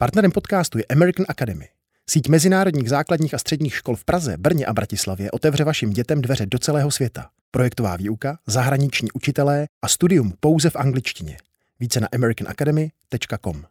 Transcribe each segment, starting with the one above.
Partnerem podcastu je American Academy. Síť mezinárodních základních a středních škol v Praze, Brně a Bratislavě otevře vašim dětem dveře do celého světa. Projektová výuka, zahraniční učitelé a studium pouze v angličtině. Více na americanacademy.com.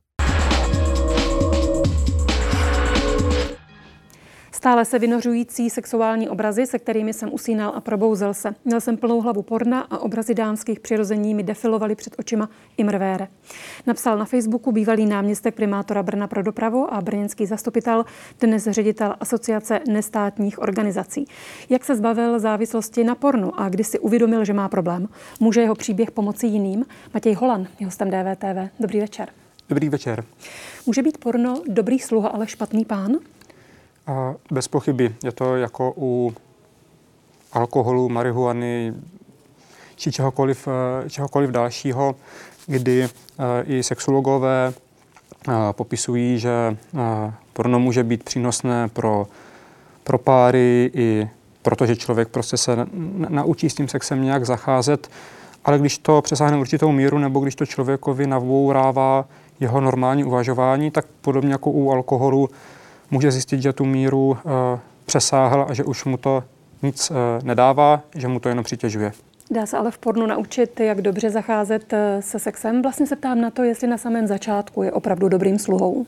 Stále se vynořující sexuální obrazy, se kterými jsem usínal a probouzel se. Měl jsem plnou hlavu porna a obrazy dámských přirození mi defilovaly před očima imrvére. Napsal na Facebooku bývalý náměstek primátora Brna pro dopravu a brněnský zastupitel, dnes ředitel Asociace nestátních organizací. Jak se zbavil závislosti na pornu a kdy si uvědomil, že má problém? Může jeho příběh pomoci jiným? Matěj Holan je hostem DVTV. Dobrý večer. Dobrý večer. Může být porno dobrý sluha, ale špatný pán? Bez pochyby. Je to jako u alkoholu, marihuany či čehokoliv dalšího, kdy i sexologové popisují, že porno může být přínosné pro páry i protože člověk prostě se naučí s tím sexem nějak zacházet, ale když to přesáhne určitou míru nebo když to člověkovi navourává jeho normální uvažování, tak podobně jako u alkoholu může zjistit, že tu míru přesáhl a že už mu to nic nedává, že mu to jenom přitěžuje. Dá se ale v pornu naučit, jak dobře zacházet se sexem? Vlastně se ptám na to, jestli na samém začátku je opravdu dobrým sluhou.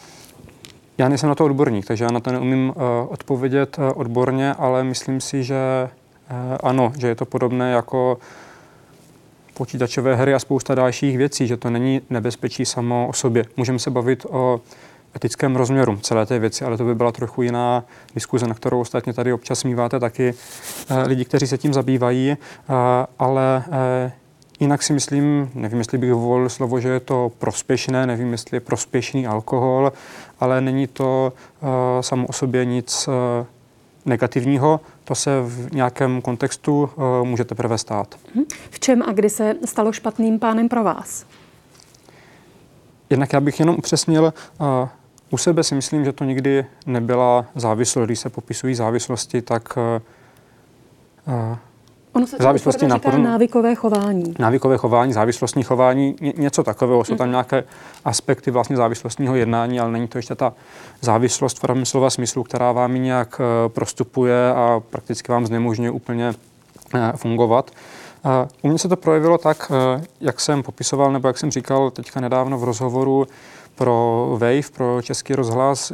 Já nejsem na to odborník, takže já na to neumím odpovědět odborně, ale myslím si, že ano, že je to podobné jako počítačové hry a spousta dalších věcí, že to není nebezpečí samo o sobě. Můžeme se bavit o etickém rozměru celé té věci, ale to by byla trochu jiná diskuze, na kterou ostatně tady občas míváte taky lidi, kteří se tím zabývají, ale jinak si myslím, nevím, jestli bych volil slovo, že je to prospěšné, nevím, jestli je prospěšný alkohol, ale není to samo o sobě nic negativního, to se v nějakém kontextu může teprve stát. V čem a kdy se stalo špatným pánem pro vás? Jednak já bych jenom upřesnil, u sebe si myslím, že to nikdy nebyla závislost. Když se popisují závislosti, tak ono se závislosti na pornu, návykové chování. Návykové chování, závislostní chování, něco takového. Jsou tam nějaké aspekty vlastně závislostního jednání, ale není to ještě ta závislost v pravém slova smyslu, která vám nějak prostupuje a prakticky vám znemožňuje úplně fungovat. U mě se to projevilo tak, jak jsem popisoval, nebo jak jsem říkal teďka nedávno v rozhovoru pro Wave, pro Český rozhlas,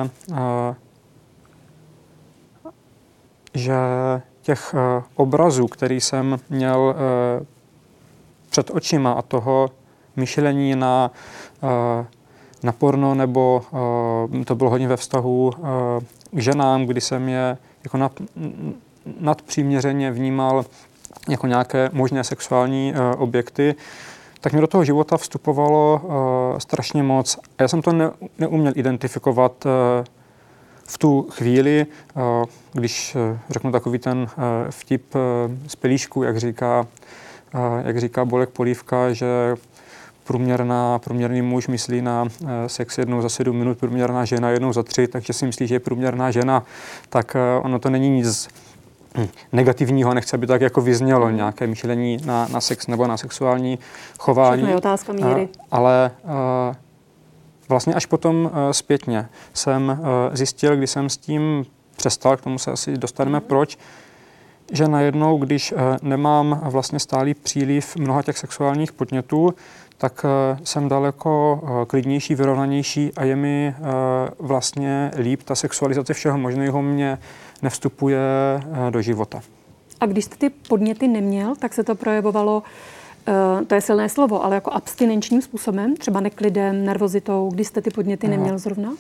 že těch obrazů, který jsem měl před očima a toho myšlení na porno, nebo to bylo hodně ve vztahu k ženám, kdy jsem je jako nadpřiměřeně vnímal jako nějaké možné sexuální objekty, tak mi do toho života vstupovalo strašně moc. A já jsem to neuměl identifikovat v tu chvíli, když řeknu takový ten vtip z Pelíšku, jak říká Bolek Polívka, že průměrný muž myslí na sex jednou za 7 minut, průměrná žena jednou za 3, takže si myslí, že je průměrná žena, tak ono to není nic negativního, nechci, aby tak jako vyznělo nějaké myšlení na sex nebo na sexuální chování. Všechno je otázka míry. Ale vlastně až potom zpětně jsem zjistil, když jsem s tím přestal, k tomu se asi dostaneme proč, že najednou, když nemám vlastně stálý příliv mnoha těch sexuálních podnětů, tak jsem daleko klidnější, vyrovnanější a je mi vlastně líp. Ta sexualizace všeho možného mě nevstupuje do života. A když jste ty podněty neměl, tak se to projevovalo, to je silné slovo, ale jako abstinenčním způsobem, třeba neklidem, nervozitou, když jste ty podněty neměl zrovna?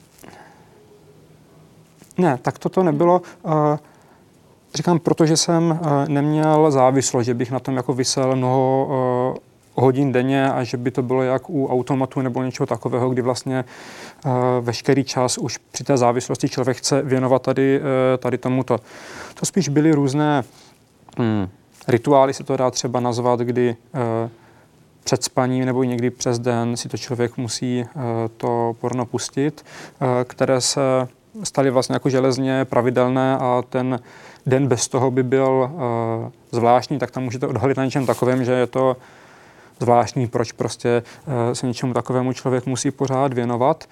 Ne, tak toto nebylo. Říkám, protože jsem neměl závislost, že bych na tom jako visel mnoho hodin denně a že by to bylo jak u automatu nebo něčeho takového, kdy vlastně veškerý čas už při té závislosti člověk chce věnovat tady tomuto. To spíš byly různé rituály, se to dá třeba nazvat, kdy před spaním nebo někdy přes den si to člověk musí to porno pustit, které se staly vlastně jako železně pravidelné a ten den bez toho by byl zvláštní, tak tam můžete odhalit na něčem takovém, že je to zvláštní, proč prostě se něčemu takovému člověk musí pořád věnovat.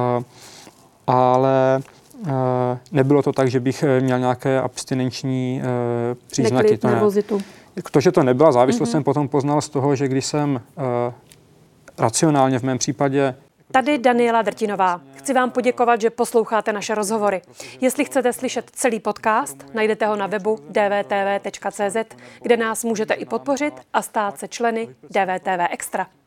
Ale nebylo to tak, že bych měl nějaké abstinenční příznaky. Neklid, nervozitu. To, že to nebyla závislost, jsem potom poznal z toho, že když jsem racionálně v mém případě. Tady Daniela Drtinová. Chci vám poděkovat, že posloucháte naše rozhovory. Jestli chcete slyšet celý podcast, najdete ho na webu dvtv.cz, kde nás můžete i podpořit a stát se členy DVTV Extra.